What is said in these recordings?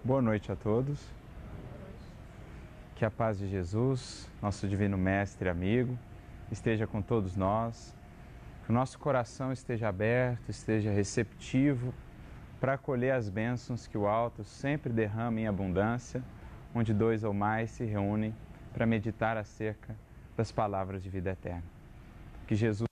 Boa noite a todos. Que a paz de Jesus, nosso divino mestre e amigo, esteja com todos nós. Que o nosso coração esteja aberto, esteja receptivo para acolher as bênçãos que o alto sempre derrama em abundância, onde dois ou mais se reúnem para meditar acerca das palavras de vida eterna. Que Jesus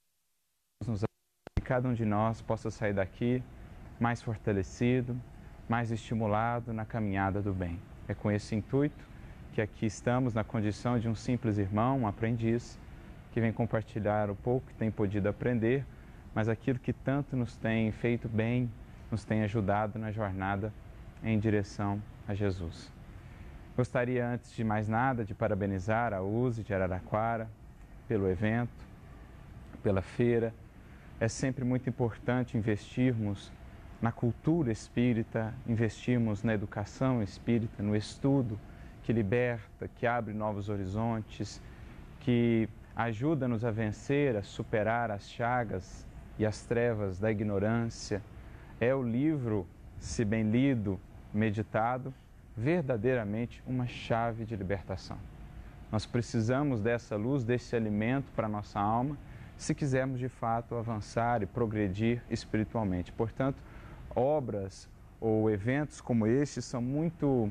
nos abençoe, que cada um de nós possa sair daqui mais fortalecido, mais estimulado na caminhada do bem. É com esse intuito que aqui estamos na condição de um simples irmão, um aprendiz, que vem compartilhar o pouco que tem podido aprender, mas aquilo que tanto nos tem feito bem, nos tem ajudado na jornada em direção a Jesus. Gostaria, antes de mais nada, de parabenizar a USE de Araraquara pelo evento, pela feira. É sempre muito importante investirmos na cultura espírita, investirmos na educação espírita, no estudo que liberta, que abre novos horizontes, que ajuda-nos a vencer, a superar as chagas e as trevas da ignorância. É o livro, se bem lido, meditado, verdadeiramente uma chave de libertação. Nós precisamos dessa luz, desse alimento para a nossa alma, se quisermos de fato avançar e progredir espiritualmente. Portanto, obras ou eventos como este são muito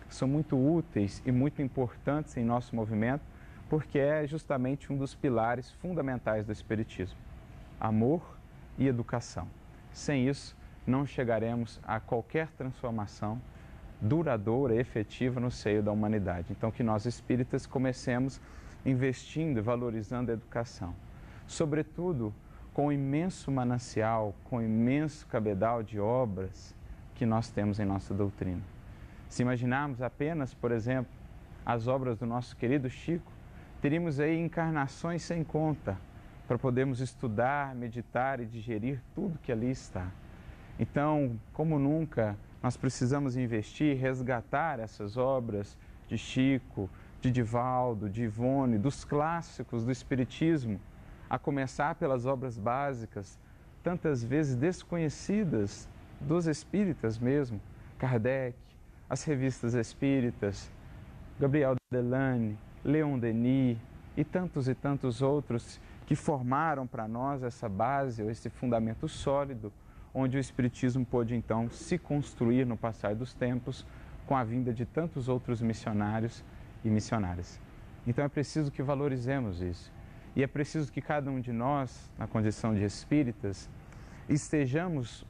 úteis e muito importantes em nosso movimento, porque é justamente um dos pilares fundamentais do Espiritismo: amor e educação. Sem isso, não chegaremos a qualquer transformação duradoura, efetiva no seio da humanidade. Então, que nós espíritas comecemos investindo e valorizando a educação, sobretudo com o imenso manancial, com o imenso cabedal de obras que nós temos em nossa doutrina. Se imaginarmos apenas, por exemplo, as obras do nosso querido Chico, teríamos aí encarnações sem conta para podermos estudar, meditar e digerir tudo que ali está. Então, como nunca, nós precisamos investir, resgatar essas obras de Chico, de Divaldo, de Ivone, dos clássicos do Espiritismo, a começar pelas obras básicas, tantas vezes desconhecidas dos espíritas mesmo, Kardec, as revistas espíritas, Gabriel Delane, Leon Denis e tantos outros que formaram para nós essa base, ou esse fundamento sólido, onde o Espiritismo pôde então se construir no passar dos tempos com a vinda de tantos outros missionários e missionárias. Então é preciso que valorizemos isso. E é preciso que cada um de nós, na condição de espíritas, estejamos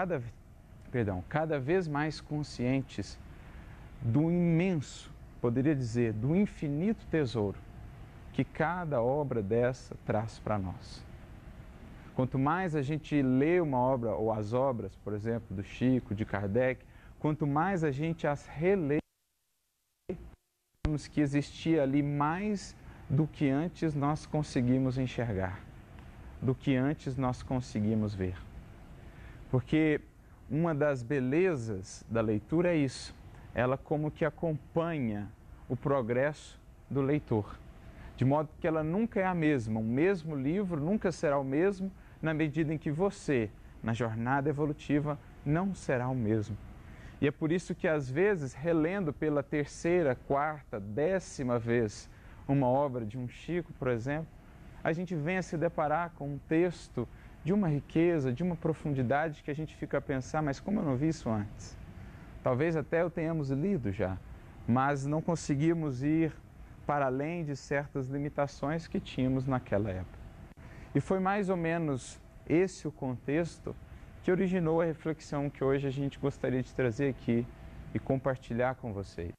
cada vez mais conscientes do imenso, poderia dizer, do infinito tesouro que cada obra dessa traz para nós. Quanto mais a gente lê uma obra, ou as obras, por exemplo, do Chico, de Kardec, quanto mais a gente as relê, vemos que existia ali mais do que antes nós conseguimos enxergar, do que antes nós conseguimos ver. Porque uma das belezas da leitura é isso, ela como que acompanha o progresso do leitor, de modo que ela nunca é a mesma, o mesmo livro nunca será o mesmo, na medida em que você, na jornada evolutiva, não será o mesmo. E é por isso que às vezes, relendo pela terceira, quarta, 10ª vez uma obra de um Chico, por exemplo, a gente vem a se deparar com um texto de uma riqueza, de uma profundidade que a gente fica a pensar, mas como eu não vi isso antes? Talvez até o tenhamos lido já, mas não conseguimos ir para além de certas limitações que tínhamos naquela época. E foi mais ou menos esse o contexto que originou a reflexão que hoje a gente gostaria de trazer aqui e compartilhar com vocês.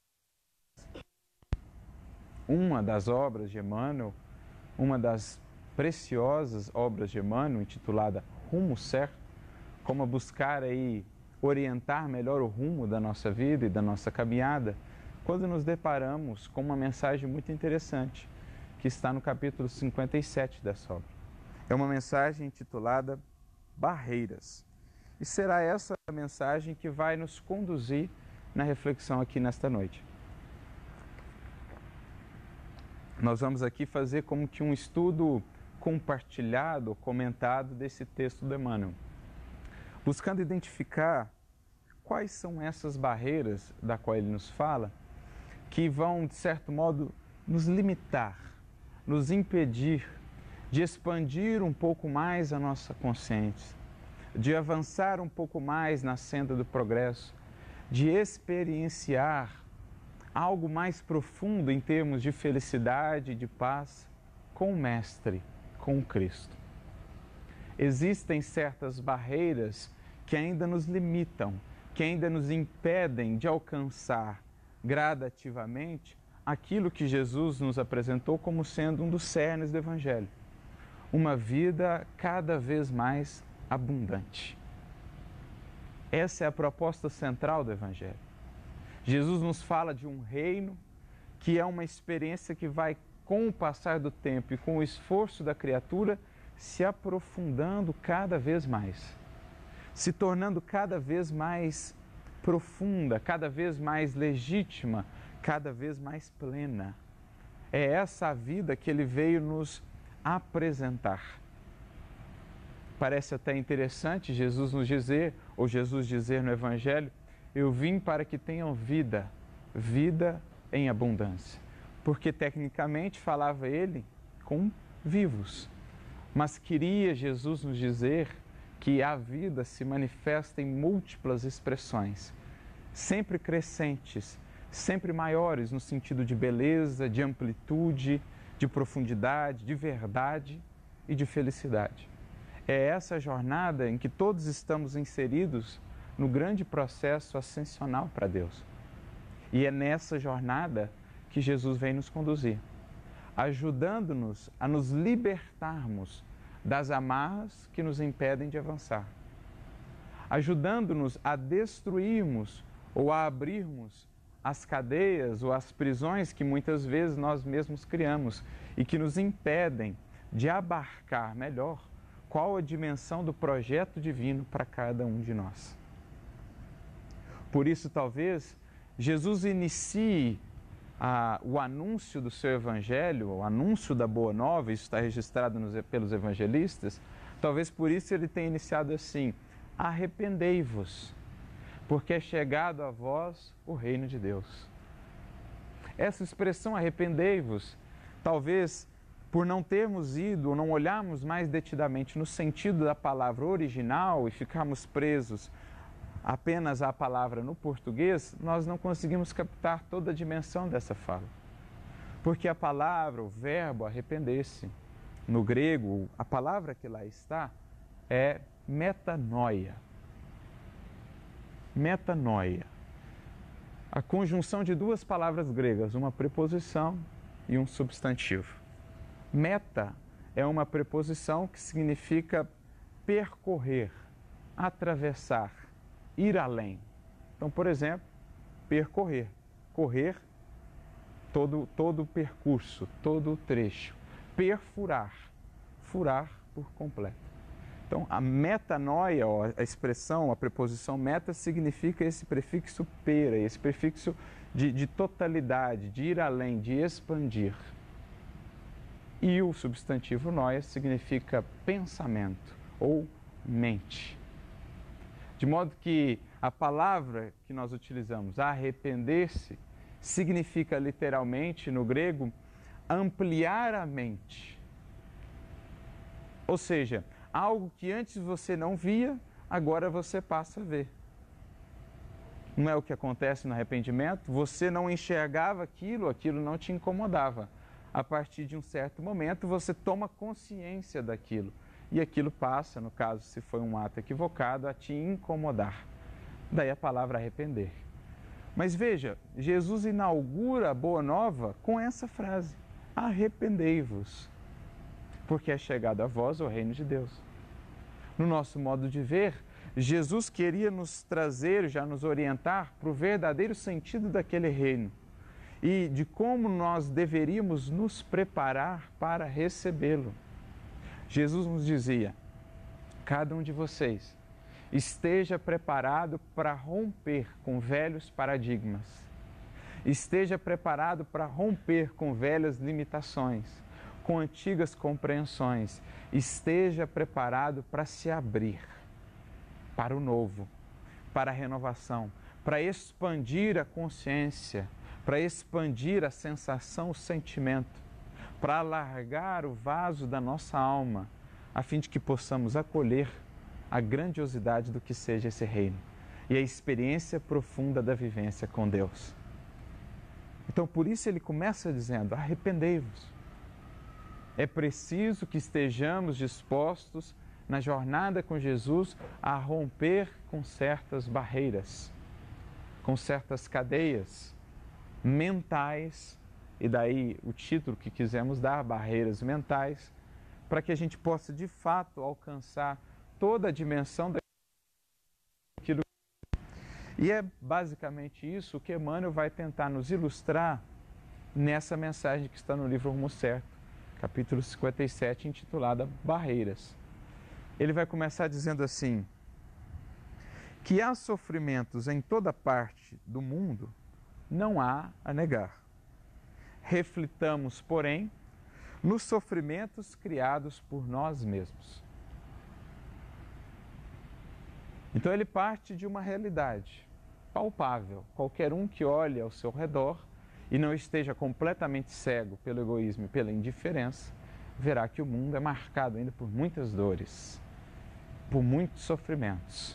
Uma das obras de Emmanuel, uma das preciosas obras de Emmanuel, intitulada Rumo Certo, como buscar aí orientar melhor o rumo da nossa vida e da nossa caminhada, quando nos deparamos com uma mensagem muito interessante, que está no capítulo 57 dessa obra. É uma mensagem intitulada Barreiras. E será essa a mensagem que vai nos conduzir na reflexão aqui nesta noite. Nós vamos aqui fazer como que um estudo comentado desse texto do Emmanuel, buscando identificar quais são essas barreiras da qual ele nos fala, que vão, de certo modo, nos limitar, nos impedir de expandir um pouco mais a nossa consciência, de avançar um pouco mais na senda do progresso, de experienciar algo mais profundo em termos de felicidade e de paz com o Mestre, com o Cristo. Existem certas barreiras que ainda nos limitam, que ainda nos impedem de alcançar gradativamente aquilo que Jesus nos apresentou como sendo um dos cernes do Evangelho. Uma vida cada vez mais abundante. Essa é a proposta central do Evangelho. Jesus nos fala de um reino que é uma experiência que vai, com o passar do tempo e com o esforço da criatura, se aprofundando cada vez mais, se tornando cada vez mais profunda, cada vez mais legítima, cada vez mais plena. É essa a vida que ele veio nos apresentar. Parece até interessante Jesus nos dizer, ou Jesus dizer no Evangelho, eu vim para que tenham vida, vida em abundância. Porque tecnicamente falava ele com vivos. Mas queria Jesus nos dizer que a vida se manifesta em múltiplas expressões, sempre crescentes, sempre maiores no sentido de beleza, de amplitude, de profundidade, de verdade e de felicidade. É essa jornada em que todos estamos inseridos no grande processo ascensional para Deus. E é nessa jornada que Jesus vem nos conduzir, ajudando-nos a nos libertarmos das amarras que nos impedem de avançar, ajudando-nos a destruirmos ou a abrirmos as cadeias ou as prisões que muitas vezes nós mesmos criamos e que nos impedem de abarcar melhor qual a dimensão do projeto divino para cada um de nós. Por isso, talvez, Jesus inicie o anúncio do seu Evangelho, o anúncio da Boa Nova, isso está registrado pelos evangelistas, talvez por isso ele tenha iniciado assim: arrependei-vos, porque é chegado a vós o reino de Deus. Essa expressão arrependei-vos, talvez por não termos ido ou não olharmos mais detidamente no sentido da palavra original e ficarmos presos apenas à palavra no português, nós não conseguimos captar toda a dimensão dessa fala. Porque a palavra, o verbo arrepender-se, no grego, a palavra que lá está é metanoia. Metanoia. A conjunção de duas palavras gregas, uma preposição e um substantivo. Meta é uma preposição que significa percorrer, atravessar, ir além. Então, por exemplo, percorrer, correr todo o percurso, todo o trecho. Perfurar, furar por completo. Então, a metanoia, a expressão, a preposição meta, significa esse prefixo pera, esse prefixo de totalidade, de ir além, de expandir. E o substantivo noia significa pensamento ou mente. De modo que a palavra que nós utilizamos, arrepender-se, significa literalmente, no grego, ampliar a mente. Ou seja, algo que antes você não via, agora você passa a ver. Não é o que acontece no arrependimento? Você não enxergava aquilo não te incomodava. A partir de um certo momento, você toma consciência daquilo. E aquilo passa, no caso, se foi um ato equivocado, a te incomodar. Daí a palavra arrepender. Mas veja, Jesus inaugura a Boa Nova com essa frase: arrependei-vos, porque é chegado a vós o reino de Deus. No nosso modo de ver, Jesus queria nos trazer, já nos orientar para o verdadeiro sentido daquele reino e de como nós deveríamos nos preparar para recebê-lo. Jesus nos dizia: cada um de vocês esteja preparado para romper com velhos paradigmas, esteja preparado para romper com velhas limitações, com antigas compreensões, esteja preparado para se abrir para o novo, para a renovação, para expandir a consciência, para expandir a sensação, o sentimento, para alargar o vaso da nossa alma, a fim de que possamos acolher a grandiosidade do que seja esse reino e a experiência profunda da vivência com Deus. Então, por isso ele começa dizendo: arrependei-vos. É preciso que estejamos dispostos na jornada com Jesus a romper com certas barreiras, com certas cadeias mentais, e daí o título que quisemos dar, barreiras mentais, para que a gente possa de fato alcançar toda a dimensão daquilo. E é basicamente isso que Emmanuel vai tentar nos ilustrar nessa mensagem que está no livro Rumo Certo, capítulo 57, intitulada Barreiras. Ele vai começar dizendo assim: que há sofrimentos em toda parte do mundo, não há a negar. Reflitamos, porém, nos sofrimentos criados por nós mesmos. Então ele parte de uma realidade palpável. Qualquer um que olhe ao seu redor e não esteja completamente cego pelo egoísmo e pela indiferença, verá que o mundo é marcado ainda por muitas dores, por muitos sofrimentos.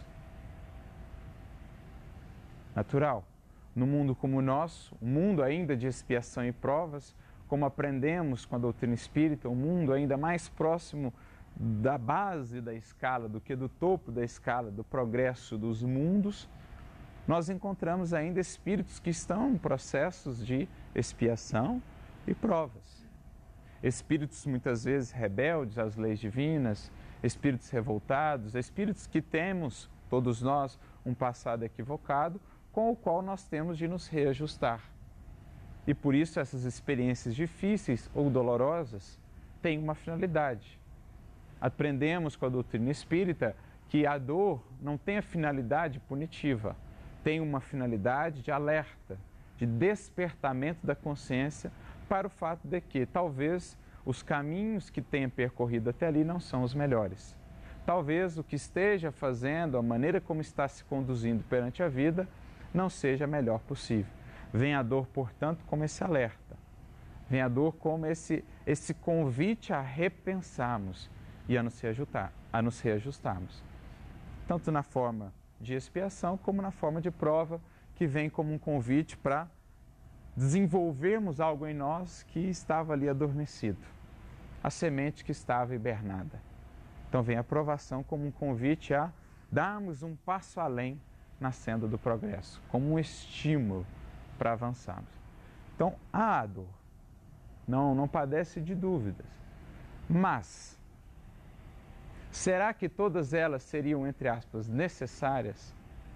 Natural. No mundo como o nosso, um mundo ainda de expiação e provas, como aprendemos com a doutrina espírita, um mundo ainda mais próximo da base da escala do que do topo da escala do progresso dos mundos, nós encontramos ainda espíritos que estão em processos de expiação e provas. Espíritos muitas vezes rebeldes às leis divinas, espíritos revoltados, espíritos que temos, todos nós, um passado equivocado, com o qual nós temos de nos reajustar. E por isso essas experiências difíceis ou dolorosas têm uma finalidade. Aprendemos com a doutrina espírita que a dor não tem a finalidade punitiva, tem uma finalidade de alerta, de despertamento da consciência para o fato de que talvez os caminhos que tenha percorrido até ali não são os melhores. Talvez o que esteja fazendo, a maneira como está se conduzindo perante a vida, não seja a melhor possível. Vem a dor, portanto, como esse alerta. Vem a dor como esse convite a repensarmos e a nos reajustarmos. Tanto na forma de expiação como na forma de prova, que vem como um convite para desenvolvermos algo em nós que estava ali adormecido. A semente que estava hibernada. Então vem a provação como um convite a darmos um passo além na senda do progresso, como um estímulo para avançarmos. Então, há a dor, não padece de dúvidas, mas será que todas elas seriam, entre aspas, necessárias?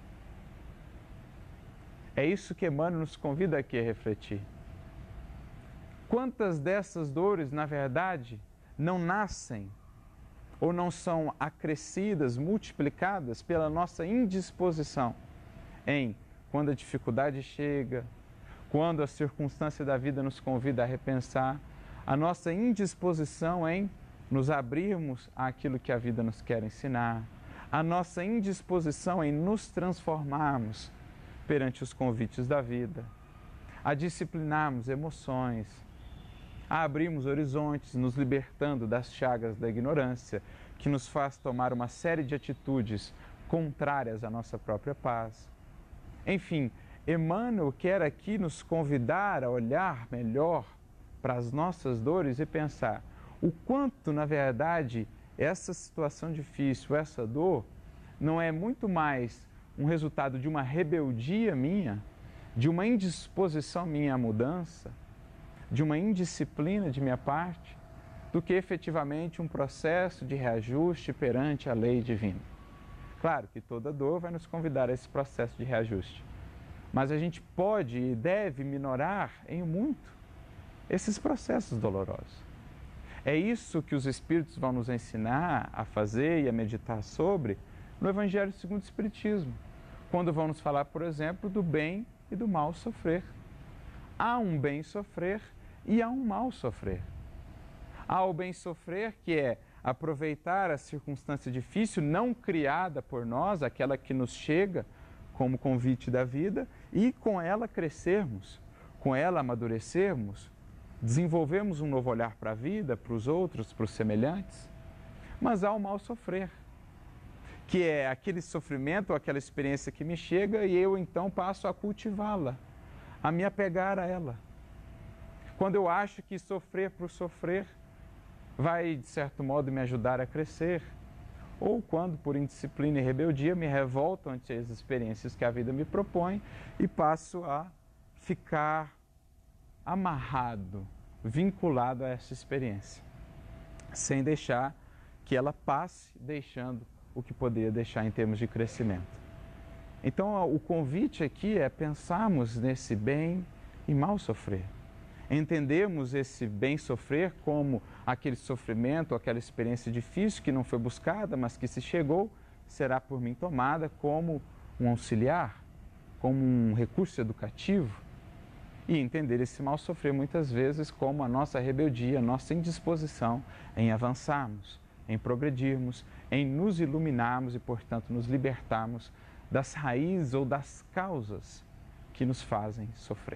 É isso que Emmanuel nos convida aqui a refletir. Quantas dessas dores, na verdade, não nascem ou não são acrescidas, multiplicadas pela nossa indisposição em, quando a dificuldade chega, quando a circunstância da vida nos convida a repensar, a nossa indisposição em nos abrirmos àquilo que a vida nos quer ensinar, a nossa indisposição em nos transformarmos perante os convites da vida, a disciplinarmos emoções, a abrirmos horizontes, nos libertando das chagas da ignorância, que nos faz tomar uma série de atitudes contrárias à nossa própria paz. Enfim, Emmanuel quer aqui nos convidar a olhar melhor para as nossas dores e pensar o quanto, na verdade, essa situação difícil, essa dor, não é muito mais um resultado de uma rebeldia minha, de uma indisposição minha à mudança, de uma indisciplina de minha parte, do que efetivamente um processo de reajuste perante a lei divina. Claro que toda dor vai nos convidar a esse processo de reajuste, mas a gente pode e deve minorar em muito esses processos dolorosos. É isso que os Espíritos vão nos ensinar a fazer e a meditar sobre no Evangelho segundo o Espiritismo, quando vão nos falar, por exemplo, do bem e do mal sofrer. Há um bem sofrer e há um mal sofrer. Há o bem sofrer, que é aproveitar a circunstância difícil, não criada por nós, aquela que nos chega como convite da vida e com ela crescermos, com ela amadurecermos, desenvolvermos um novo olhar para a vida, para os outros, para os semelhantes. Mas há o mal sofrer, que é aquele sofrimento, aquela experiência que me chega e eu então passo a cultivá-la, a me apegar a ela. Quando eu acho que sofrer por sofrer vai, de certo modo, me ajudar a crescer, ou quando, por indisciplina e rebeldia, me revolto ante as experiências que a vida me propõe e passo a ficar amarrado, vinculado a essa experiência, sem deixar que ela passe, deixando o que poderia deixar em termos de crescimento. Então, o convite aqui é pensarmos nesse bem e mal sofrer. Entendermos esse bem sofrer como aquele sofrimento, aquela experiência difícil que não foi buscada, mas que se chegou, será por mim tomada como um auxiliar, como um recurso educativo. E entender esse mal sofrer muitas vezes como a nossa rebeldia, a nossa indisposição em avançarmos, em progredirmos, em nos iluminarmos e, portanto, nos libertarmos das raízes ou das causas que nos fazem sofrer.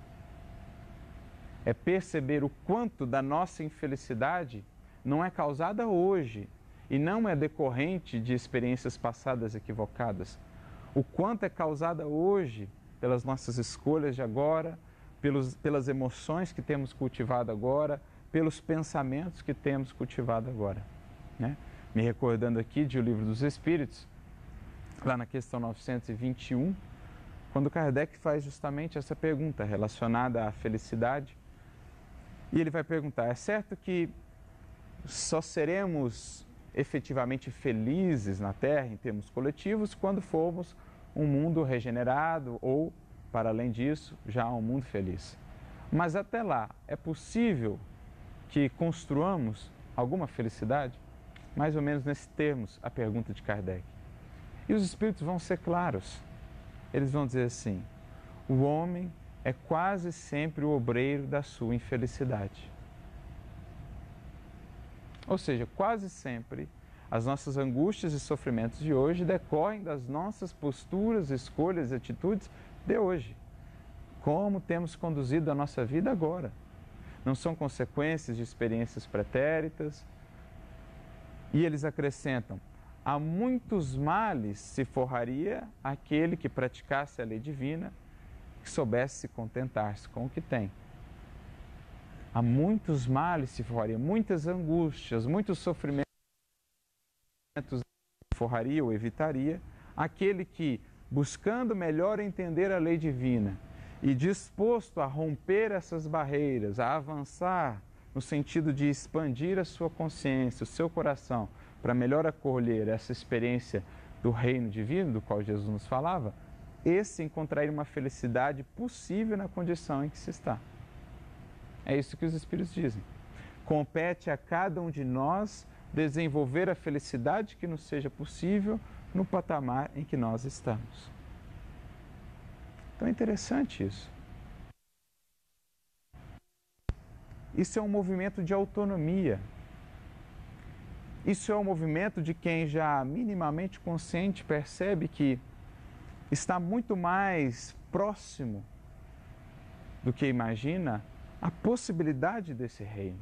É perceber o quanto da nossa infelicidade não é causada hoje e não é decorrente de experiências passadas equivocadas. O quanto é causada hoje pelas nossas escolhas de agora, pelas emoções que temos cultivado agora, pelos pensamentos que temos cultivado agora. Né? Me recordando aqui de O Livro dos Espíritos, lá na questão 921, quando Kardec faz justamente essa pergunta relacionada à felicidade. E ele vai perguntar, é certo que só seremos efetivamente felizes na Terra, em termos coletivos, quando formos um mundo regenerado ou, para além disso, já um mundo feliz. Mas até lá, é possível que construamos alguma felicidade? Mais ou menos nesses termos, a pergunta de Kardec. E os Espíritos vão ser claros. Eles vão dizer assim, o homem é quase sempre o obreiro da sua infelicidade. Ou seja, quase sempre as nossas angústias e sofrimentos de hoje decorrem das nossas posturas, escolhas e atitudes de hoje. Como temos conduzido a nossa vida agora. Não são consequências de experiências pretéritas. E eles acrescentam, a muitos males se forraria aquele que praticasse a lei divina, que soubesse se contentar-se com o que tem. A muitos males se forraria, muitas angústias, muitos sofrimentos forraria ou evitaria aquele que, buscando melhor entender a lei divina e disposto a romper essas barreiras, a avançar no sentido de expandir a sua consciência, o seu coração, para melhor acolher essa experiência do reino divino, do qual Jesus nos falava, esse encontraria uma felicidade possível na condição em que se está. É isso que os Espíritos dizem. Compete a cada um de nós desenvolver a felicidade que nos seja possível no patamar em que nós estamos. Então é interessante isso. Isso é um movimento de autonomia. Isso é um movimento de quem já minimamente consciente percebe que está muito mais próximo do que imagina a possibilidade desse reino.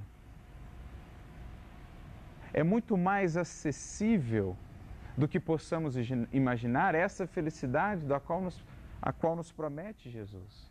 É muito mais acessível do que possamos imaginar essa felicidade a qual nos promete Jesus.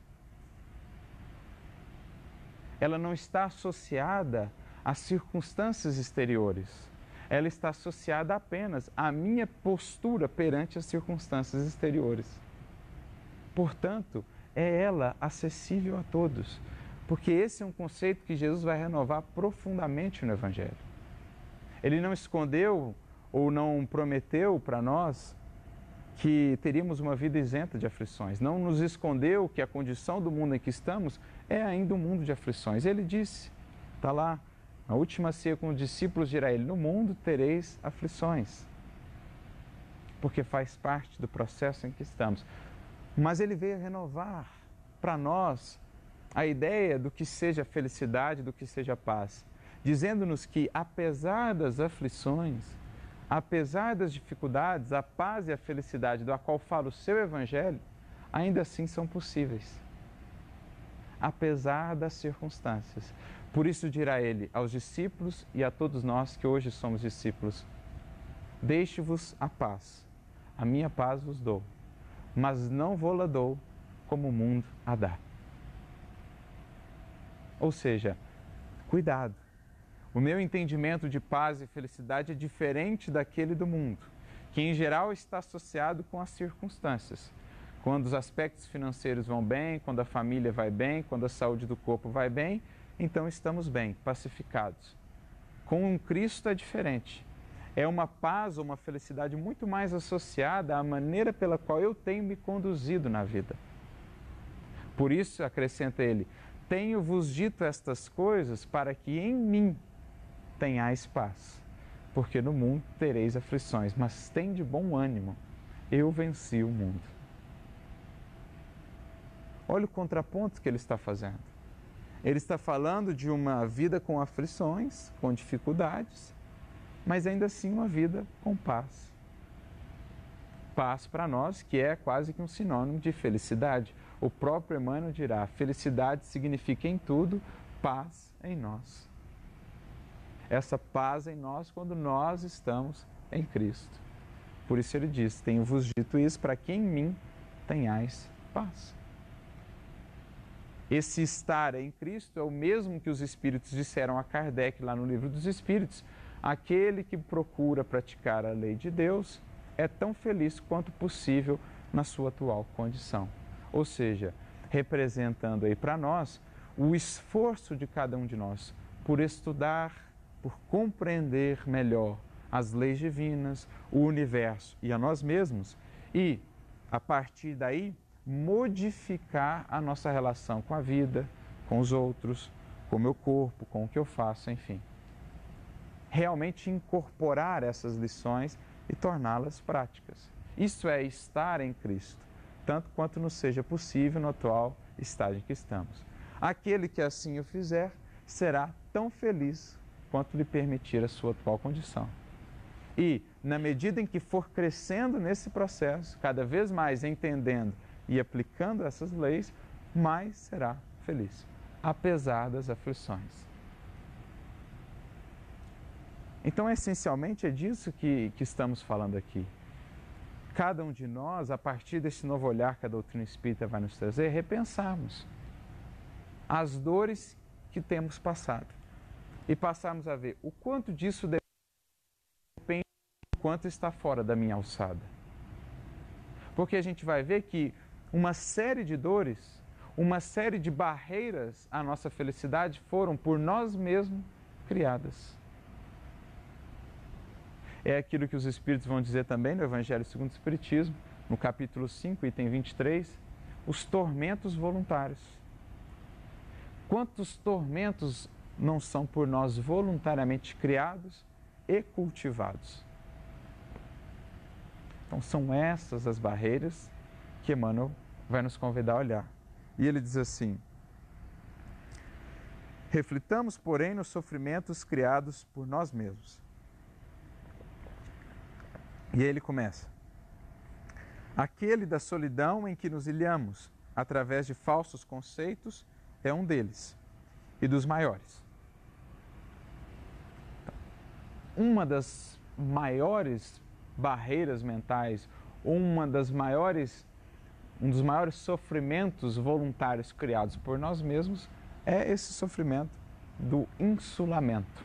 Ela não está associada às circunstâncias exteriores. Ela está associada apenas à minha postura perante as circunstâncias exteriores. Portanto, é ela acessível a todos, porque esse é um conceito que Jesus vai renovar profundamente no Evangelho. Ele não escondeu ou não prometeu para nós que teríamos uma vida isenta de aflições. Não nos escondeu que a condição do mundo em que estamos é ainda um mundo de aflições. Ele disse, está lá, na última ceia com os discípulos dirá ele, no mundo tereis aflições, porque faz parte do processo em que estamos. Mas ele veio renovar para nós a ideia do que seja felicidade, do que seja paz, dizendo-nos que, apesar das aflições, apesar das dificuldades, a paz e a felicidade da qual fala o seu Evangelho, ainda assim são possíveis, apesar das circunstâncias. Por isso dirá ele aos discípulos e a todos nós que hoje somos discípulos: deixe-vos a paz, a minha paz vos dou, mas não vou-la dou como o mundo a dá. Ou seja, cuidado. O meu entendimento de paz e felicidade é diferente daquele do mundo, que em geral está associado com as circunstâncias. Quando os aspectos financeiros vão bem, quando a família vai bem, quando a saúde do corpo vai bem, então estamos bem, pacificados. Com Cristo é diferente. É uma paz ou uma felicidade muito mais associada à maneira pela qual eu tenho me conduzido na vida. Por isso, acrescenta ele, tenho-vos dito estas coisas para que em mim tenhais paz, porque no mundo tereis aflições, mas tende bom ânimo, eu venci o mundo. Olha o contraponto que ele está fazendo. Ele está falando de uma vida com aflições, com dificuldades, mas ainda assim uma vida com paz. Paz para nós, que é quase que um sinônimo de felicidade. O próprio Emmanuel dirá, felicidade significa em tudo, paz em nós. Essa paz em nós quando nós estamos em Cristo. Por isso ele diz, tenho-vos dito isso para que em mim tenhais paz. Esse estar em Cristo é o mesmo que os Espíritos disseram a Kardec lá no Livro dos Espíritos. Aquele que procura praticar a lei de Deus é tão feliz quanto possível na sua atual condição. Ou seja, representando aí para nós o esforço de cada um de nós por estudar, por compreender melhor as leis divinas, o universo e a nós mesmos e, a partir daí, modificar a nossa relação com a vida, com os outros, com o meu corpo, com o que eu faço, enfim. Realmente incorporar essas lições e torná-las práticas. Isso é estar em Cristo, tanto quanto nos seja possível no atual estágio em que estamos. Aquele que assim o fizer será tão feliz quanto lhe permitir a sua atual condição. E, na medida em que for crescendo nesse processo, cada vez mais entendendo e aplicando essas leis, mais será feliz, apesar das aflições. Então, essencialmente, é disso que estamos falando aqui. Cada um de nós, a partir desse novo olhar que a doutrina espírita vai nos trazer, repensarmos as dores que temos passado e passarmos a ver o quanto disso depende do quanto está fora da minha alçada. Porque a gente vai ver que uma série de dores, uma série de barreiras à nossa felicidade foram por nós mesmos criadas. É aquilo que os Espíritos vão dizer também no Evangelho segundo o Espiritismo, no capítulo 5, item 23, os tormentos voluntários. Quantos tormentos não são por nós voluntariamente criados e cultivados? Então são essas as barreiras que Emmanuel vai nos convidar a olhar. E ele diz assim: reflitamos, porém, nos sofrimentos criados por nós mesmos. E aí ele começa: aquele da solidão em que nos ilhamos através de falsos conceitos é um deles, e dos maiores. Uma das maiores barreiras mentais, um dos maiores sofrimentos voluntários criados por nós mesmos é esse sofrimento do insulamento.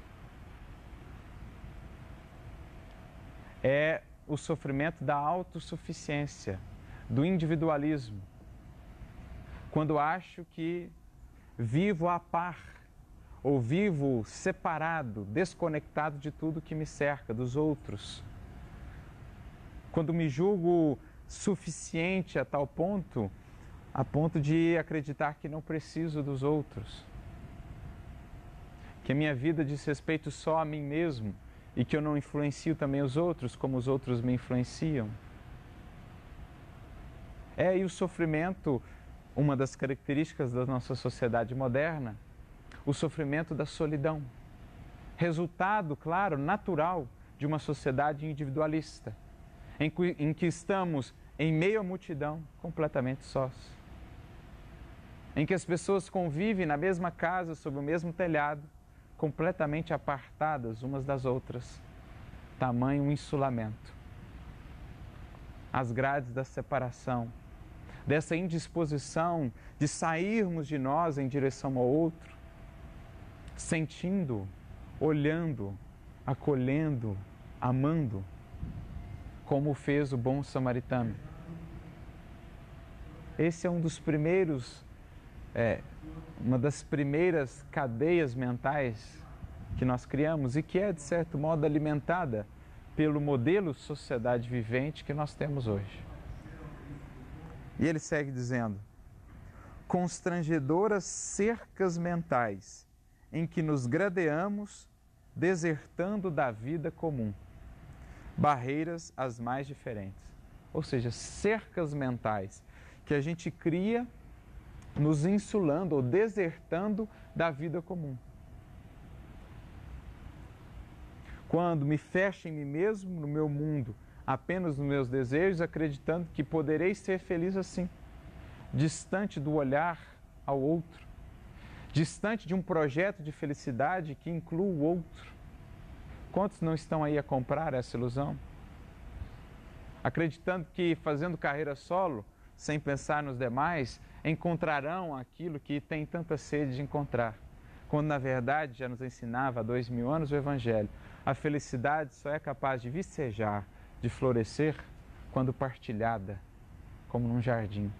É o sofrimento da autossuficiência, do individualismo. Quando acho que vivo à par, ou vivo separado, desconectado de tudo que me cerca, dos outros. Quando me julgo suficiente a tal ponto, a ponto de acreditar que não preciso dos outros. Que a minha vida diz respeito só a mim mesmo e que eu não influencio também os outros como os outros me influenciam. E o sofrimento, uma das características da nossa sociedade moderna, o sofrimento da solidão. Resultado, claro, natural, de uma sociedade individualista, em que estamos em meio à multidão completamente sós, em que as pessoas convivem na mesma casa, sob o mesmo telhado, completamente apartadas umas das outras, tamanho insulamento. As grades da separação, dessa indisposição de sairmos de nós em direção ao outro, sentindo, olhando, acolhendo, amando, como fez o bom samaritano. Esse é um dos primeiros, uma das primeiras cadeias mentais que nós criamos e que é, de certo modo, alimentada pelo modelo sociedade vivente que nós temos hoje. E ele segue dizendo: constrangedoras cercas mentais em que nos gradeamos, desertando da vida comum, barreiras as mais diferentes. Ou seja, cercas mentais que a gente cria nos insulando ou desertando da vida comum. Quando me fecho em mim mesmo, no meu mundo, apenas nos meus desejos, acreditando que poderei ser feliz assim, distante do olhar ao outro, distante de um projeto de felicidade que inclua o outro. Quantos não estão aí a comprar essa ilusão? Acreditando que fazendo carreira solo, sem pensar nos demais, encontrarão aquilo que tem tanta sede de encontrar. Quando na verdade já nos ensinava há 2000 anos o Evangelho. A felicidade só é capaz de vicejar, de florescer, quando partilhada, como num jardim.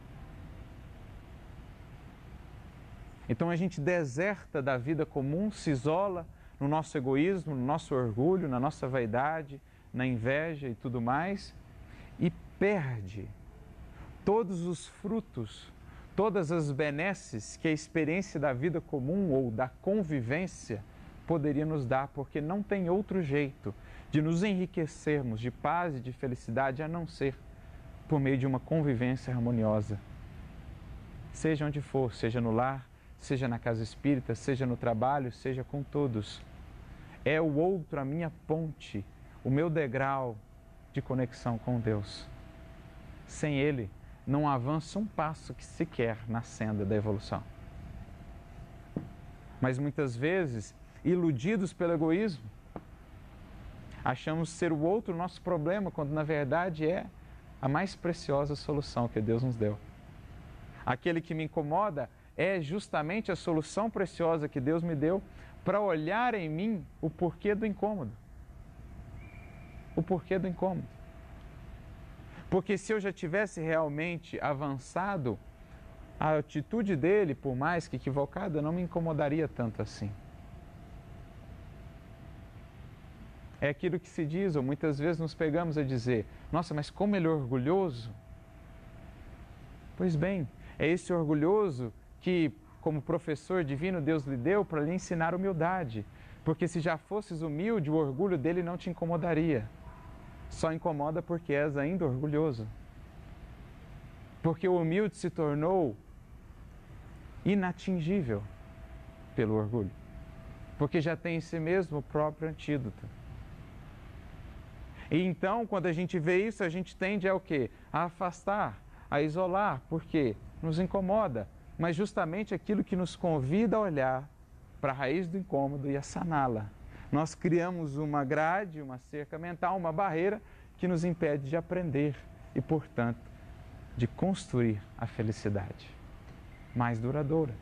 Então a gente deserta da vida comum, se isola no nosso egoísmo, no nosso orgulho, na nossa vaidade, na inveja e tudo mais, e perde todos os frutos, todas as benesses que a experiência da vida comum ou da convivência poderia nos dar, porque não tem outro jeito de nos enriquecermos de paz e de felicidade a não ser por meio de uma convivência harmoniosa. Seja onde for, seja no lar, seja na casa espírita, seja no trabalho, seja com todos. É o outro a minha ponte, o meu degrau de conexão com Deus. Sem ele, não avança um passo que sequer na senda da evolução. Mas muitas vezes, iludidos pelo egoísmo, achamos ser o outro o nosso problema, quando na verdade é a mais preciosa solução que Deus nos deu. Aquele que me incomoda é justamente a solução preciosa que Deus me deu para olhar em mim o porquê do incômodo. O porquê do incômodo. Porque se eu já tivesse realmente avançado, a atitude dele, por mais que equivocada, não me incomodaria tanto assim. É aquilo que se diz, ou muitas vezes nos pegamos a dizer: nossa, mas como ele é orgulhoso. Pois bem, é esse orgulhoso que, como professor divino, Deus lhe deu para lhe ensinar humildade. Porque se já fosses humilde, o orgulho dele não te incomodaria. Só incomoda porque és ainda orgulhoso. Porque o humilde se tornou inatingível pelo orgulho. Porque já tem em si mesmo o próprio antídoto. E então, quando a gente vê isso, a gente tende a o quê? A afastar, a isolar, porque nos incomoda. Mas justamente aquilo que nos convida a olhar para a raiz do incômodo e a saná-la. Nós criamos uma grade, uma cerca mental, uma barreira que nos impede de aprender e, portanto, de construir a felicidade mais duradoura.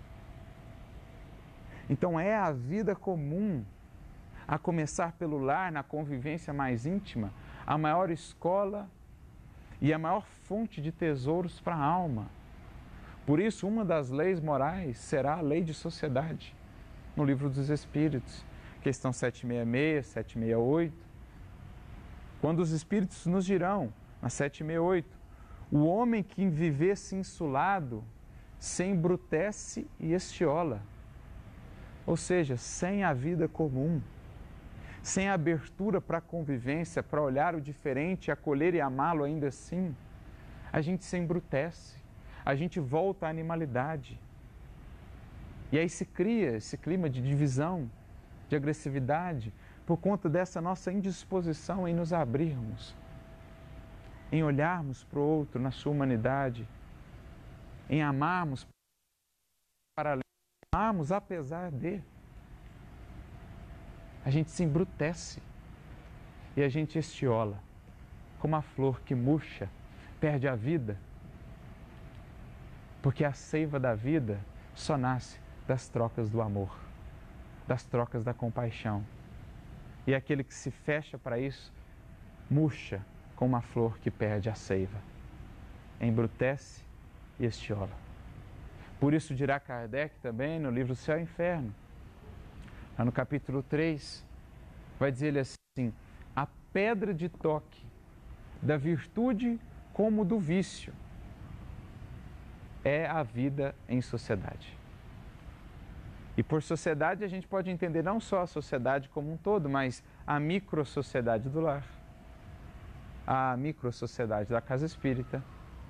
Então é a vida comum, a começar pelo lar, na convivência mais íntima, a maior escola e a maior fonte de tesouros para a alma. Por isso, uma das leis morais será a lei de sociedade, no Livro dos Espíritos, questão 766, 768. Quando os Espíritos nos dirão, na 768, o homem que vivesse insulado se embrutece e estiola. Ou seja, sem a vida comum, sem a abertura para a convivência, para olhar o diferente, acolher e amá-lo ainda assim, a gente se embrutece, a gente volta à animalidade. E aí se cria esse clima de divisão, de agressividade, por conta dessa nossa indisposição em nos abrirmos, em olharmos para o outro na sua humanidade, em amarmos para além, amarmos apesar de. A gente se embrutece e a gente estiola, como a flor que murcha, perde a vida, porque a seiva da vida só nasce das trocas do amor, das trocas da compaixão. E aquele que se fecha para isso, murcha como uma flor que perde a seiva, embrutece e estiola. Por isso dirá Kardec também no livro Céu e Inferno, lá no capítulo 3, vai dizer-lhe assim: a pedra de toque da virtude como do vício é a vida em sociedade. E por sociedade a gente pode entender não só a sociedade como um todo, mas a micro-sociedade do lar, a micro-sociedade da casa espírita.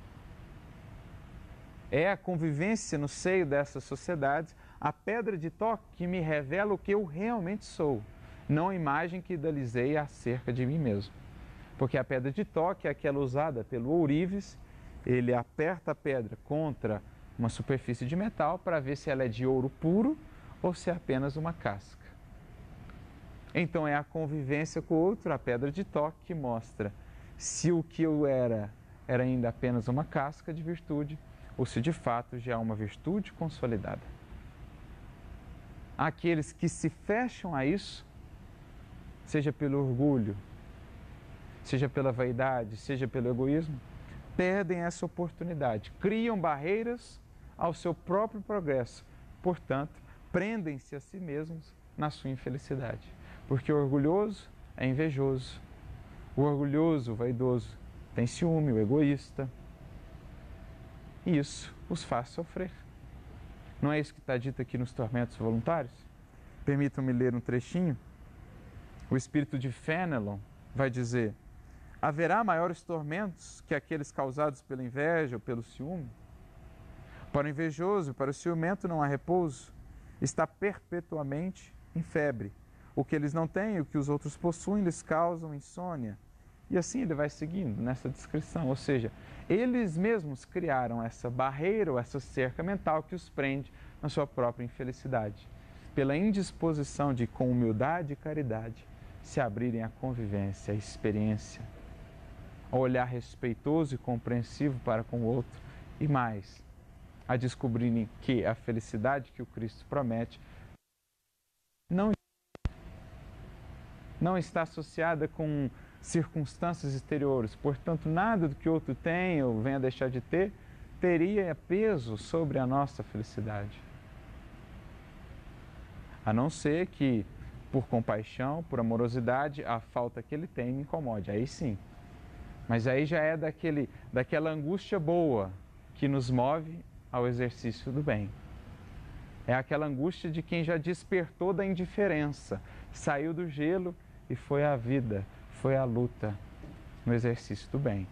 É a convivência no seio dessas sociedades a pedra de toque que me revela o que eu realmente sou, não a imagem que idealizei acerca de mim mesmo. Porque a pedra de toque é aquela usada pelo ourives, ele aperta a pedra contra uma superfície de metal para ver se ela é de ouro puro ou se é apenas uma casca. Então é a convivência com o outro, a pedra de toque, que mostra se o que eu era ainda apenas uma casca de virtude ou se de fato já é uma virtude consolidada. Aqueles que se fecham a isso, seja pelo orgulho, seja pela vaidade, seja pelo egoísmo, perdem essa oportunidade, criam barreiras ao seu próprio progresso, portanto, prendem-se a si mesmos na sua infelicidade. Porque o orgulhoso é invejoso, o orgulhoso, o vaidoso, tem ciúme, o egoísta. E isso os faz sofrer. Não é isso que está dito aqui nos Tormentos Voluntários? Permitam-me ler um trechinho. O espírito de Fénelon vai dizer: haverá maiores tormentos que aqueles causados pela inveja ou pelo ciúme? Para o invejoso e para o ciumento não há repouso, está perpetuamente em febre. O que eles não têm e o que os outros possuem lhes causam insônia. E assim ele vai seguindo nessa descrição, ou seja, eles mesmos criaram essa barreira ou essa cerca mental que os prende na sua própria infelicidade, pela indisposição de, com humildade e caridade, se abrirem à convivência, à experiência, ao olhar respeitoso e compreensivo para com o outro, e mais, a descobrirem que a felicidade que o Cristo promete não está associada com circunstâncias exteriores, portanto, nada do que o outro tem ou venha a deixar de ter teria peso sobre a nossa felicidade. A não ser que, por compaixão, por amorosidade, a falta que ele tem me incomode, aí sim. Mas aí já é daquela angústia boa que nos move ao exercício do bem. É aquela angústia de quem já despertou da indiferença, saiu do gelo e foi à vida, foi à luta no exercício do bem.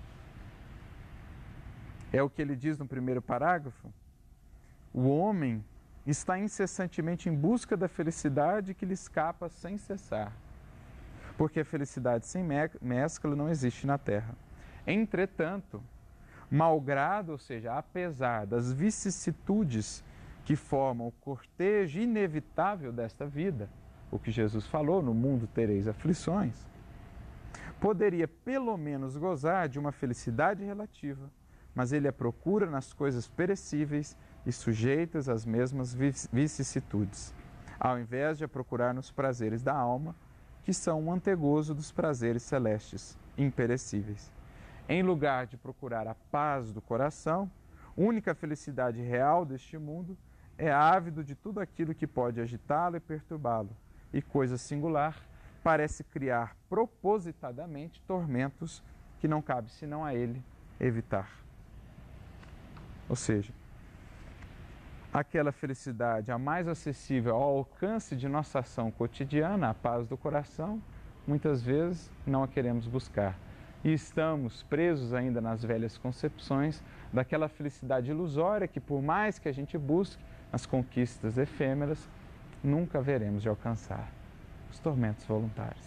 É o que ele diz no primeiro parágrafo. O homem está incessantemente em busca da felicidade que lhe escapa sem cessar, porque a felicidade sem mescla não existe na terra. Entretanto, malgrado, ou seja, apesar das vicissitudes que formam o cortejo inevitável desta vida, o que Jesus falou, no mundo tereis aflições, poderia pelo menos gozar de uma felicidade relativa, mas ele a procura nas coisas perecíveis e sujeitas às mesmas vicissitudes, ao invés de a procurar nos prazeres da alma, que são um antegozo dos prazeres celestes, imperecíveis. Em lugar de procurar a paz do coração, única felicidade real deste mundo, é ávido de tudo aquilo que pode agitá-lo e perturbá-lo, e, coisa singular, parece criar propositadamente tormentos que não cabe senão a ele evitar. Ou seja, aquela felicidade a mais acessível ao alcance de nossa ação cotidiana, a paz do coração, muitas vezes não a queremos buscar. E estamos presos ainda nas velhas concepções daquela felicidade ilusória que, por mais que a gente busque nas conquistas efêmeras, nunca veremos de alcançar. os tormentos voluntários.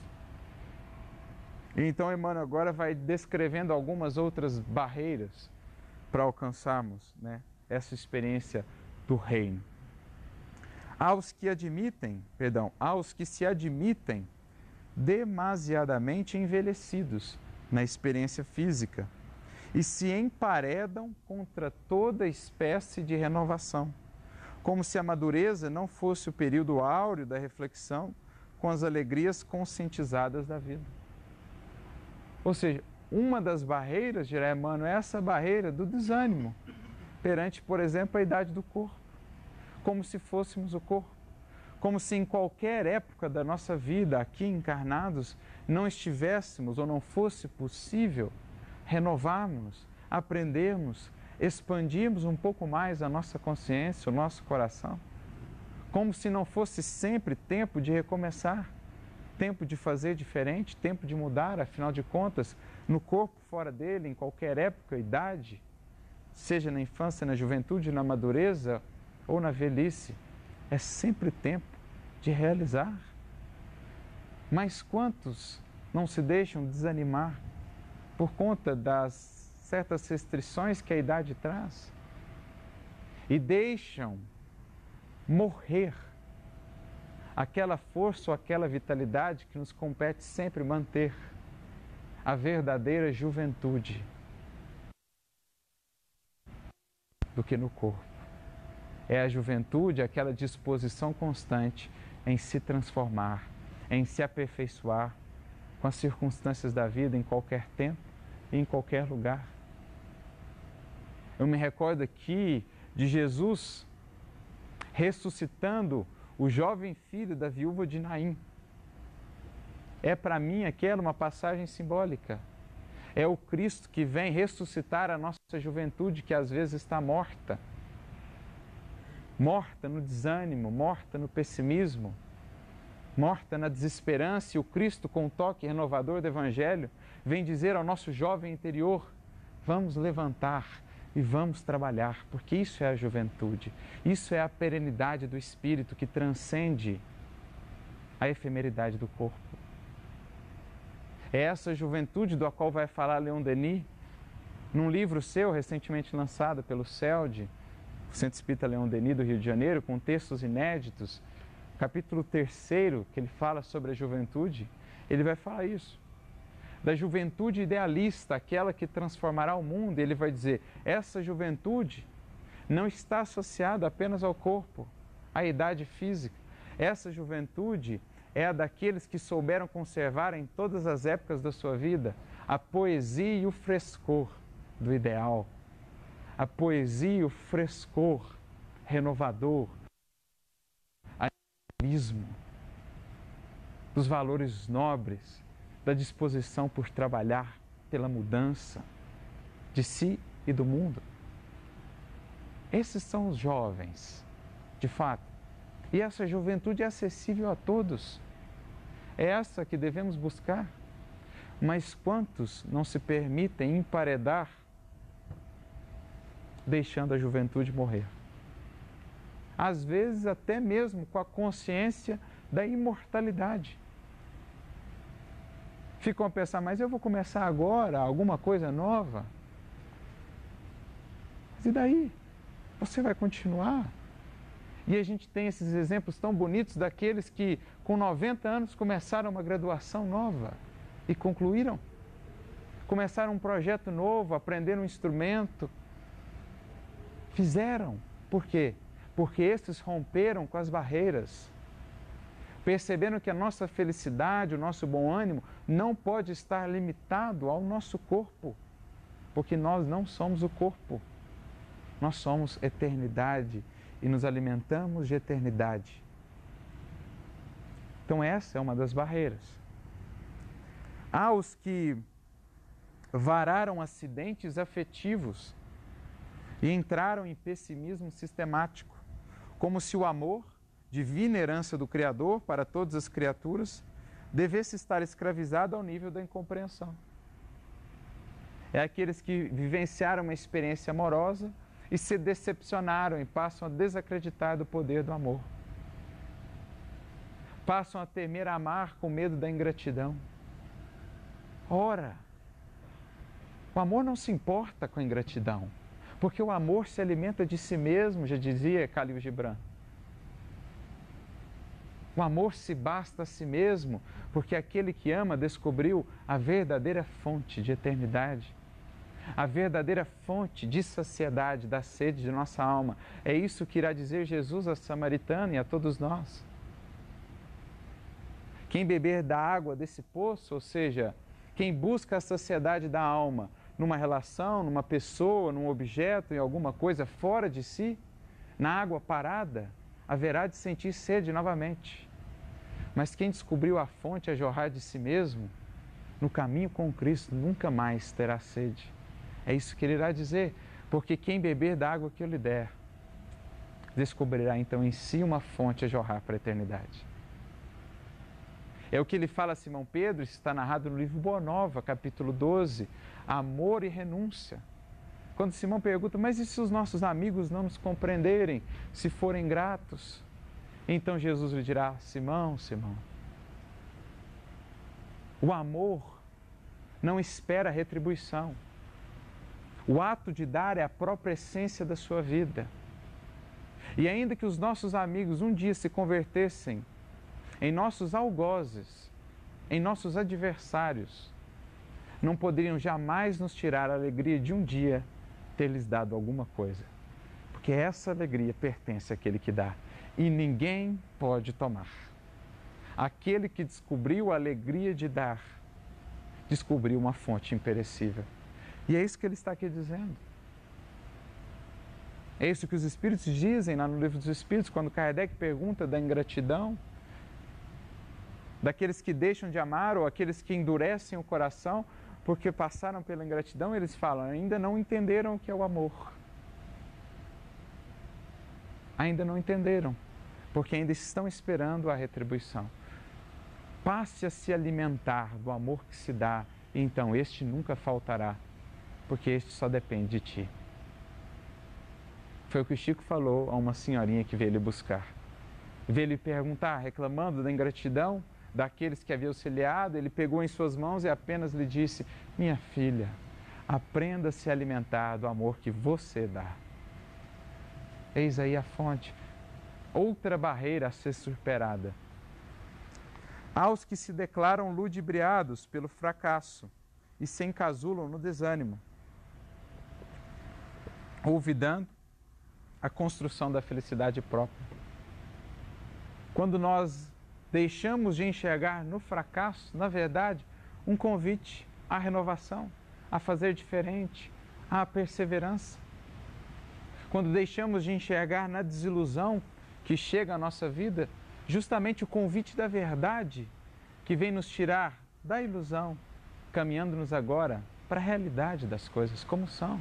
E então Emmanuel agora vai descrevendo algumas outras barreiras para alcançarmos, né, essa experiência do reino. Aos que se admitem demasiadamente envelhecidos na experiência física e se emparedam contra toda espécie de renovação, como se a madureza não fosse o período áureo da reflexão com as alegrias conscientizadas da vida. Ou seja, uma das barreiras, dirá Emmanuel, é essa barreira do desânimo perante, por exemplo, a idade do corpo, como se fôssemos o corpo, como se em qualquer época da nossa vida, aqui encarnados, não estivéssemos ou não fosse possível renovarmos, aprendermos, expandirmos um pouco mais a nossa consciência, o nosso coração, como se não fosse sempre tempo de recomeçar, tempo de fazer diferente, tempo de mudar, afinal de contas, no corpo, fora dele, em qualquer época, idade, seja na infância, na juventude, na madureza ou na velhice, é sempre tempo de realizar. Mas quantos não se deixam desanimar por conta das certas restrições que a idade traz e deixam morrer aquela força ou aquela vitalidade que nos compete sempre manter, a verdadeira juventude do que no corpo. É a juventude, aquela disposição constante em se transformar, em se aperfeiçoar com as circunstâncias da vida em qualquer tempo e em qualquer lugar. Eu me recordo aqui de Jesus ressuscitando o jovem filho da viúva de Naim. É para mim aquela uma passagem simbólica. É o Cristo que vem ressuscitar a nossa juventude que às vezes está morta. Morta no desânimo, morta no pessimismo, morta na desesperança, e o Cristo, com o toque renovador do Evangelho, vem dizer ao nosso jovem interior: vamos levantar e vamos trabalhar, porque isso é a juventude, isso é a perenidade do espírito que transcende a efemeridade do corpo. É essa juventude da qual vai falar Leon Denis, num livro seu recentemente lançado pelo CELD, o Centro Espírita Leon Denis do Rio de Janeiro, com textos inéditos, capítulo 3º, que ele fala sobre a juventude, ele vai falar isso. Da juventude idealista, aquela que transformará o mundo, ele vai dizer, essa juventude não está associada apenas ao corpo, à idade física. Essa juventude é a daqueles que souberam conservar em todas as épocas da sua vida a poesia e o frescor do ideal. A poesia e o frescor renovador, o idealismo, dos valores nobres, da disposição por trabalhar pela mudança de si e do mundo. Esses são os jovens, de fato. E essa juventude é acessível a todos. É essa que devemos buscar. Mas quantos não se permitem emparedar, deixando a juventude morrer? Às vezes até mesmo com a consciência da imortalidade. Ficam a pensar, mas eu vou começar agora alguma coisa nova? Mas e daí? Você vai continuar? E a gente tem esses exemplos tão bonitos daqueles que com 90 anos começaram uma graduação nova e concluíram. Começaram um projeto novo, aprenderam um instrumento. Fizeram. Por quê? Porque esses romperam com as barreiras. Percebendo que a nossa felicidade, o nosso bom ânimo, não pode estar limitado ao nosso corpo, porque nós não somos o corpo, nós somos eternidade e nos alimentamos de eternidade. Então essa é uma das barreiras. Há os que vararam acidentes afetivos e entraram em pessimismo sistemático, como se o amor, divina herança do Criador para todas as criaturas, devesse estar escravizado ao nível da incompreensão. É aqueles que vivenciaram uma experiência amorosa e se decepcionaram e passam a desacreditar do poder do amor. Passam a temer amar com medo da ingratidão. Ora, o amor não se importa com a ingratidão, porque o amor se alimenta de si mesmo, já dizia Khalil Gibran. O amor se basta a si mesmo, porque aquele que ama descobriu a verdadeira fonte de eternidade, a verdadeira fonte de saciedade da sede de nossa alma. É isso que irá dizer Jesus à samaritana e a todos nós. Quem beber da água desse poço, ou seja, quem busca a saciedade da alma numa relação, numa pessoa, num objeto, em alguma coisa fora de si, na água parada, haverá de sentir sede novamente. Mas quem descobriu a fonte a jorrar de si mesmo, no caminho com Cristo, nunca mais terá sede. É isso que ele irá dizer, porque quem beber da água que eu lhe der, descobrirá então em si uma fonte a jorrar para a eternidade. É o que ele fala a Simão Pedro, isso está narrado no livro Boa Nova, capítulo 12, amor e renúncia. Quando Simão pergunta, mas e se os nossos amigos não nos compreenderem, se forem gratos? Então Jesus lhe dirá, Simão, Simão, o amor não espera retribuição. O ato de dar é a própria essência da sua vida. E ainda que os nossos amigos um dia se convertessem em nossos algozes, em nossos adversários, não poderiam jamais nos tirar a alegria de um dia ter lhes dado alguma coisa. Porque essa alegria pertence àquele que dá. E ninguém pode tomar. Aquele que descobriu a alegria de dar, descobriu uma fonte imperecível. E é isso que ele está aqui dizendo. É isso que os Espíritos dizem lá no Livro dos Espíritos, quando Kardec pergunta da ingratidão, daqueles que deixam de amar ou aqueles que endurecem o coração porque passaram pela ingratidão, eles falam, ainda não entenderam o que é o amor. Ainda não entenderam, porque ainda estão esperando a retribuição. Passe a se alimentar do amor que se dá, e então este nunca faltará, porque este só depende de ti. Foi o que o Chico falou a uma senhorinha que veio lhe buscar. Veio lhe perguntar, reclamando da ingratidão daqueles que havia auxiliado, ele pegou em suas mãos e apenas lhe disse, minha filha, aprenda a se alimentar do amor que você dá. Eis aí a fonte, outra barreira a ser superada. Aos que se declaram ludibriados pelo fracasso e se encasulam no desânimo, olvidando a construção da felicidade própria. Quando nós deixamos de enxergar no fracasso, na verdade, um convite à renovação, a fazer diferente, à perseverança. Quando deixamos de enxergar na desilusão que chega à nossa vida, justamente o convite da verdade que vem nos tirar da ilusão, caminhando-nos agora para a realidade das coisas como são.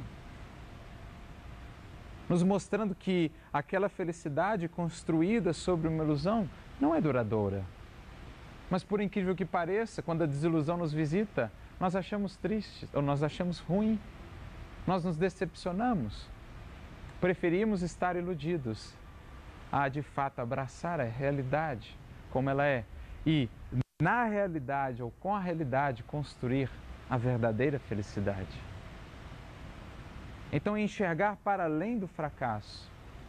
Nos mostrando que aquela felicidade construída sobre uma ilusão não é duradoura. Mas por incrível que pareça, quando a desilusão nos visita, nós achamos triste, ou nós achamos ruim, nós nos decepcionamos. Preferimos estar iludidos a, de fato, abraçar a realidade como ela é e, na realidade ou com a realidade, construir a verdadeira felicidade. Então, enxergar para além do fracasso,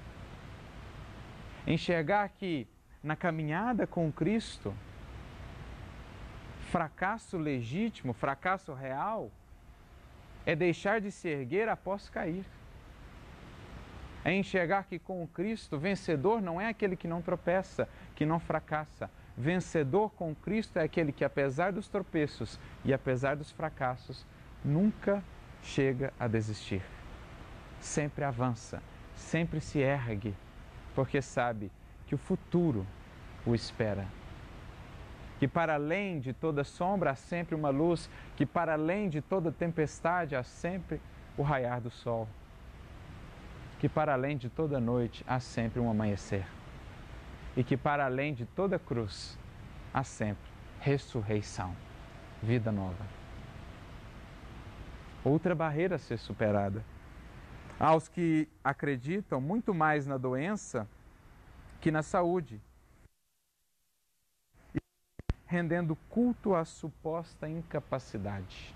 enxergar que na caminhada com Cristo, fracasso legítimo, fracasso real, é deixar de se erguer após cair. É enxergar que com o Cristo, vencedor não é aquele que não tropeça, que não fracassa. Vencedor com Cristo é aquele que, apesar dos tropeços e apesar dos fracassos, nunca chega a desistir. Sempre avança, sempre se ergue, porque sabe que o futuro o espera. Que para além de toda sombra há sempre uma luz, que para além de toda tempestade há sempre o raiar do sol. Que para além de toda noite há sempre um amanhecer. E que para além de toda cruz há sempre ressurreição, vida nova. Outra barreira a ser superada. Aos que acreditam muito mais na doença que na saúde. rendendo culto à suposta incapacidade.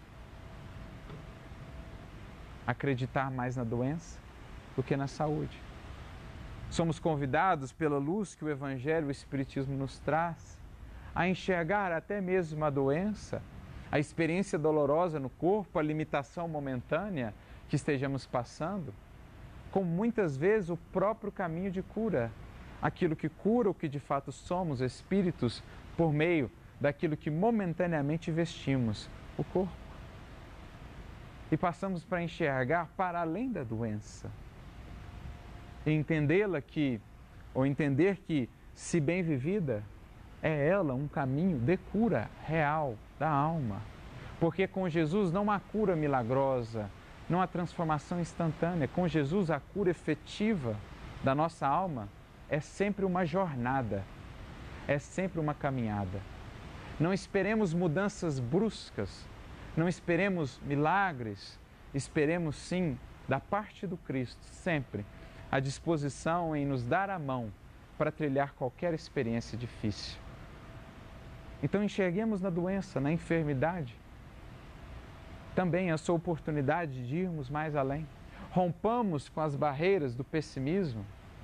Acreditar mais na doença do que na saúde. Somos convidados pela luz que o Evangelho e o Espiritismo nos traz a enxergar até mesmo a doença, a experiência dolorosa no corpo, a limitação momentânea que estejamos passando, como muitas vezes o próprio caminho de cura, aquilo que cura o que de fato somos, espíritos, por meio daquilo que momentaneamente vestimos, o corpo. E passamos para enxergar para além da doença. E entendê-la ou entender que, se bem vivida, é ela um caminho de cura real da alma. Porque com Jesus não há cura milagrosa, não há transformação instantânea. Com Jesus a cura efetiva da nossa alma é sempre uma jornada, é sempre uma caminhada. Não esperemos mudanças bruscas, não esperemos milagres, esperemos sim, da parte do Cristo, sempre, a disposição em nos dar a mão para trilhar qualquer experiência difícil. Então enxerguemos na doença, na enfermidade, também essa oportunidade de irmos mais além. Rompamos com as barreiras do pessimismo,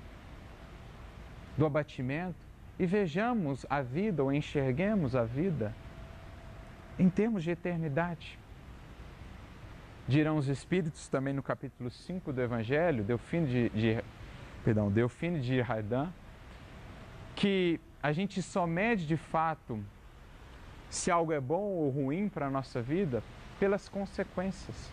do abatimento e vejamos a vida ou enxerguemos a vida em termos de eternidade. Dirão os Espíritos também no capítulo 5 do Evangelho, Delfine de Hardin, que a gente só mede de fato se algo é bom ou ruim para a nossa vida pelas consequências.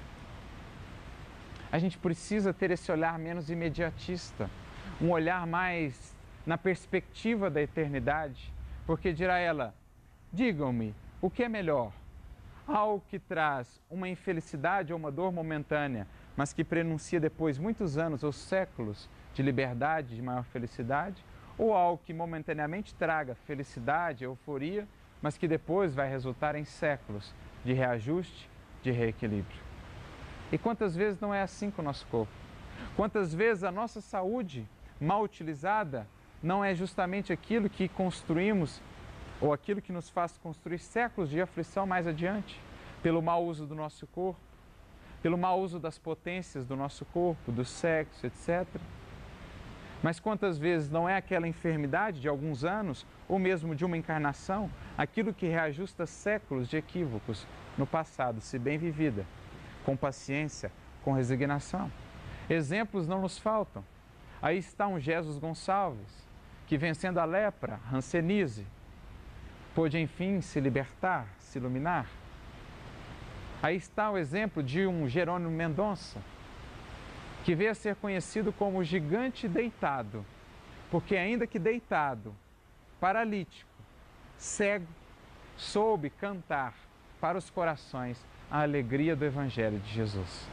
A gente precisa ter esse olhar menos imediatista, um olhar mais na perspectiva da eternidade, porque dirá ela, digam-me, o que é melhor? Algo que traz uma infelicidade ou uma dor momentânea, mas que prenuncia depois muitos anos ou séculos de liberdade, de maior felicidade, ou algo que momentaneamente traga felicidade, euforia, mas que depois vai resultar em séculos de reajuste, de reequilíbrio. E quantas vezes não é assim com o nosso corpo? Quantas vezes a nossa saúde mal utilizada não é justamente aquilo que construímos ou aquilo que nos faz construir séculos de aflição mais adiante, pelo mau uso do nosso corpo, pelo mau uso das potências do nosso corpo, do sexo, etc. Mas quantas vezes não é aquela enfermidade de alguns anos, ou mesmo de uma encarnação, aquilo que reajusta séculos de equívocos no passado, se bem vivida, com paciência, com resignação. Exemplos não nos faltam. Aí está um Jesus Gonçalves, que vencendo a lepra, hanseníase, pôde enfim se libertar, se iluminar. Aí está o exemplo de um Jerônimo Mendonça, que veio a ser conhecido como o gigante deitado, porque ainda que deitado, paralítico, cego, soube cantar para os corações a alegria do Evangelho de Jesus.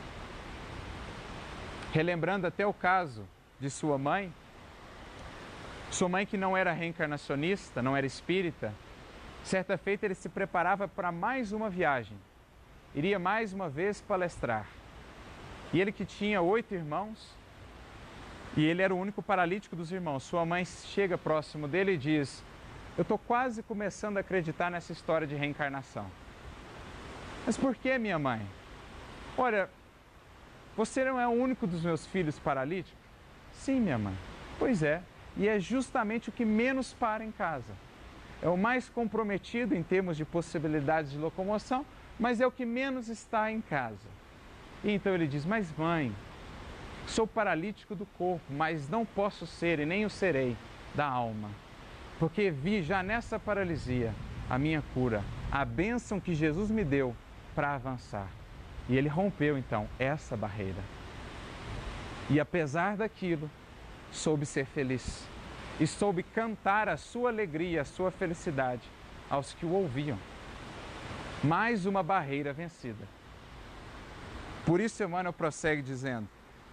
Relembrando até o caso de sua mãe que não era reencarnacionista, não era espírita, certa feita ele se preparava para mais uma viagem, iria mais uma vez palestrar. E ele que tinha 8 irmãos, e ele era o único paralítico dos irmãos, sua mãe chega próximo dele e diz, eu estou quase começando a acreditar nessa história de reencarnação. Mas por que, minha mãe? Olha, você não é o único dos meus filhos paralíticos? Sim, minha mãe. Pois é, e é justamente o que menos para em casa. É o mais comprometido em termos de possibilidades de locomoção, mas é o que menos está em casa. E então ele diz, mas mãe, sou paralítico do corpo, mas não posso ser e nem o serei da alma. Porque vi já nessa paralisia a minha cura, a bênção que Jesus me deu para avançar. E ele rompeu então essa barreira. E apesar daquilo, soube ser feliz e soube cantar a sua alegria, a sua felicidade aos que o ouviam. Mais uma barreira vencida. Por isso Emmanuel prossegue dizendo,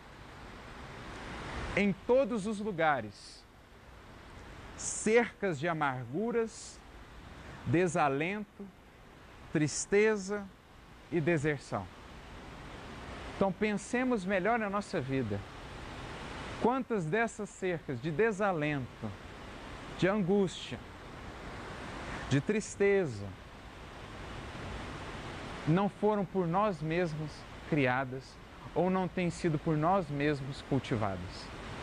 em todos os lugares, cercas de amarguras, desalento, tristeza e deserção. Então pensemos melhor na nossa vida. Quantas dessas cercas de desalento, de angústia, de tristeza, não foram por nós mesmos criadas ou não têm sido por nós mesmos cultivadas.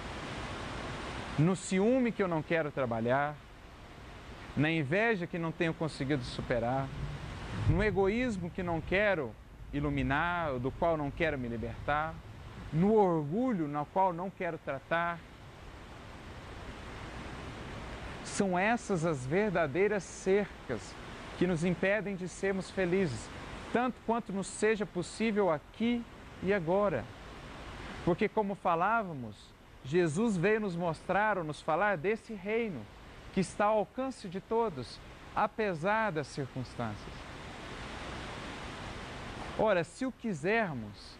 No ciúme que eu não quero trabalhar, na inveja que não tenho conseguido superar, no egoísmo que não quero iluminar, do qual não quero me libertar, no orgulho no qual não quero tratar. São essas as verdadeiras cercas que nos impedem de sermos felizes, tanto quanto nos seja possível aqui e agora. Porque, como falávamos, Jesus veio nos mostrar ou nos falar desse reino que está ao alcance de todos, apesar das circunstâncias. Ora, se o quisermos,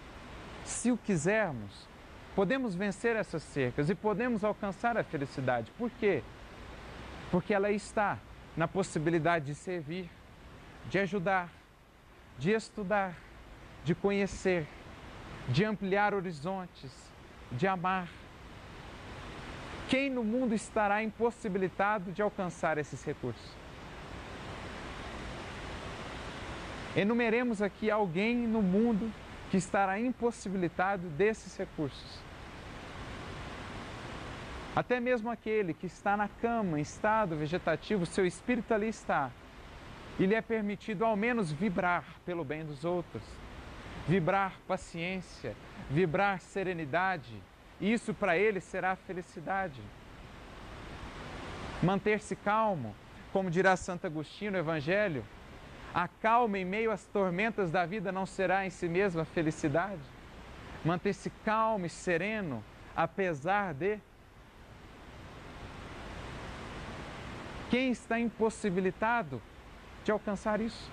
podemos vencer essas cercas e podemos alcançar a felicidade. Por quê? Porque ela está na possibilidade de servir, de ajudar, de estudar, de conhecer, de ampliar horizontes, de amar. Quem no mundo estará impossibilitado de alcançar esses recursos? Enumeremos aqui alguém no mundo que estará impossibilitado desses recursos. Até mesmo aquele que está na cama, em estado vegetativo, seu espírito ali está. E lhe é permitido ao menos vibrar pelo bem dos outros, vibrar paciência, vibrar serenidade. Isso para ele será felicidade. Manter-se calmo, como dirá Santo Agostinho no Evangelho, a calma em meio às tormentas da vida não será em si mesma felicidade? Manter-se calmo e sereno, apesar de... Quem está impossibilitado de alcançar isso?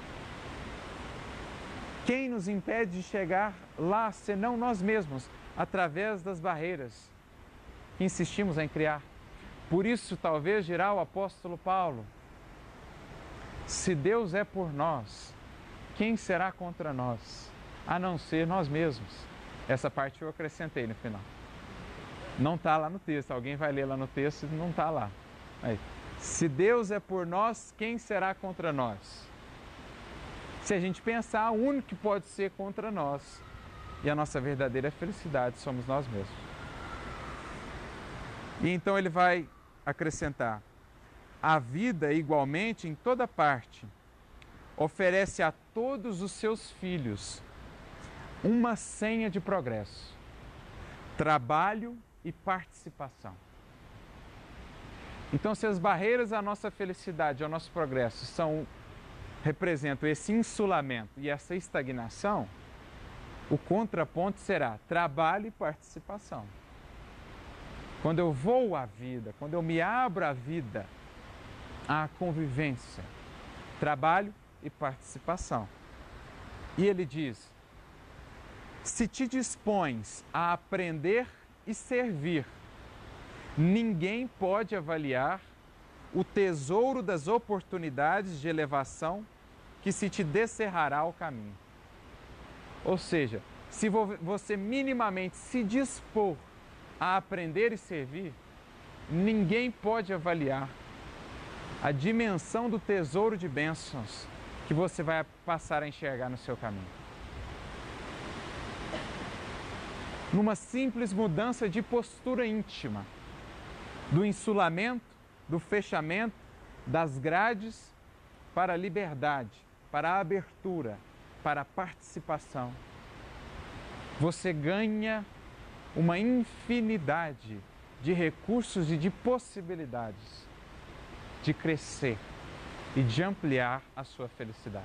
Quem nos impede de chegar lá, senão nós mesmos, através das barreiras que insistimos em criar? Por isso, talvez, dirá o apóstolo Paulo, se Deus é por nós, quem será contra nós? A não ser nós mesmos. Essa parte eu acrescentei no final. Não está lá no texto. Alguém vai ler lá no texto e não está lá. Aí. Se Deus é por nós, quem será contra nós? Se a gente pensar, o único que pode ser contra nós e a nossa verdadeira felicidade somos nós mesmos. E então ele vai acrescentar: a vida, igualmente, em toda parte, oferece a todos os seus filhos uma senha de progresso, trabalho e participação. Então, se as barreiras à nossa felicidade, ao nosso progresso, representam esse insulamento e essa estagnação, o contraponto será trabalho e participação. Quando eu vou à vida, quando eu me abro à vida, à convivência, trabalho e participação. E ele diz: se te dispões a aprender e servir, ninguém pode avaliar o tesouro das oportunidades de elevação que se te descerrará o caminho. Ou seja, se você minimamente se dispor a aprender e servir, ninguém pode avaliar a dimensão do tesouro de bênçãos que você vai passar a enxergar no seu caminho. Numa simples mudança de postura íntima, do insulamento, do fechamento, das grades para a liberdade, para a abertura, para a participação, você ganha uma infinidade de recursos e de possibilidades de crescer e de ampliar a sua felicidade.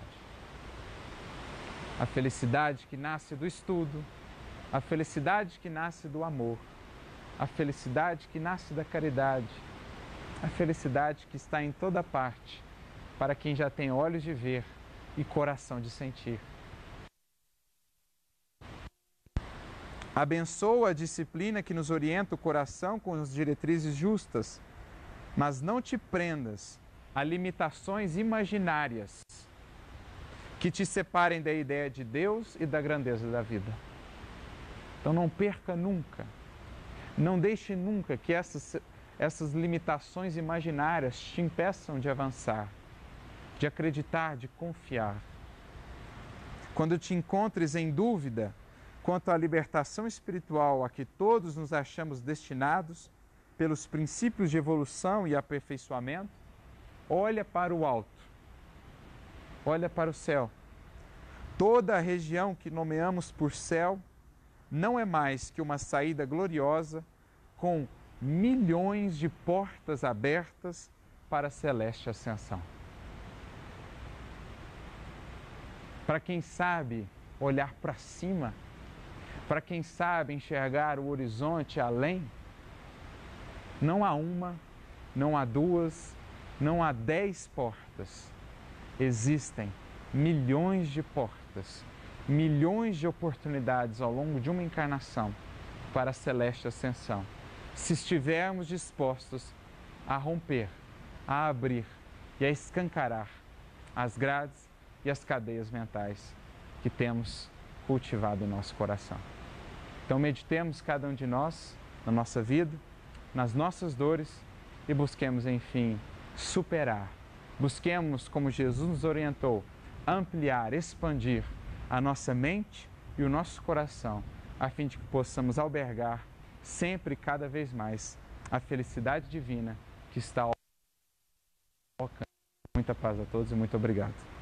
A felicidade que nasce do estudo, a felicidade que nasce do amor, a felicidade que nasce da caridade, a felicidade que está em toda parte, para quem já tem olhos de ver e coração de sentir. Abençoa a disciplina que nos orienta o coração com as diretrizes justas, mas não te prendas a limitações imaginárias que te separem da ideia de Deus e da grandeza da vida. Então não perca nunca, não deixe nunca que essas limitações imaginárias te impeçam de avançar, de acreditar, de confiar. Quando te encontres em dúvida quanto à libertação espiritual a que todos nos achamos destinados pelos princípios de evolução e aperfeiçoamento, olha para o alto, olha para o céu. Toda a região que nomeamos por céu não é mais que uma saída gloriosa com milhões de portas abertas para a celeste ascensão. Para quem sabe olhar para cima, para quem sabe enxergar o horizonte além, não há uma, não há duas, não há 10 portas. Existem milhões de portas, milhões de oportunidades ao longo de uma encarnação para a celeste ascensão, se estivermos dispostos a romper, a abrir e a escancarar as grades e as cadeias mentais que temos cultivado em nosso coração. Então meditemos cada um de nós na nossa vida, nas nossas dores e busquemos, enfim, superar. Busquemos, como Jesus nos orientou, ampliar, expandir a nossa mente e o nosso coração, a fim de que possamos albergar sempre e cada vez mais a felicidade divina que está ao alcance. Muita paz a todos e muito obrigado.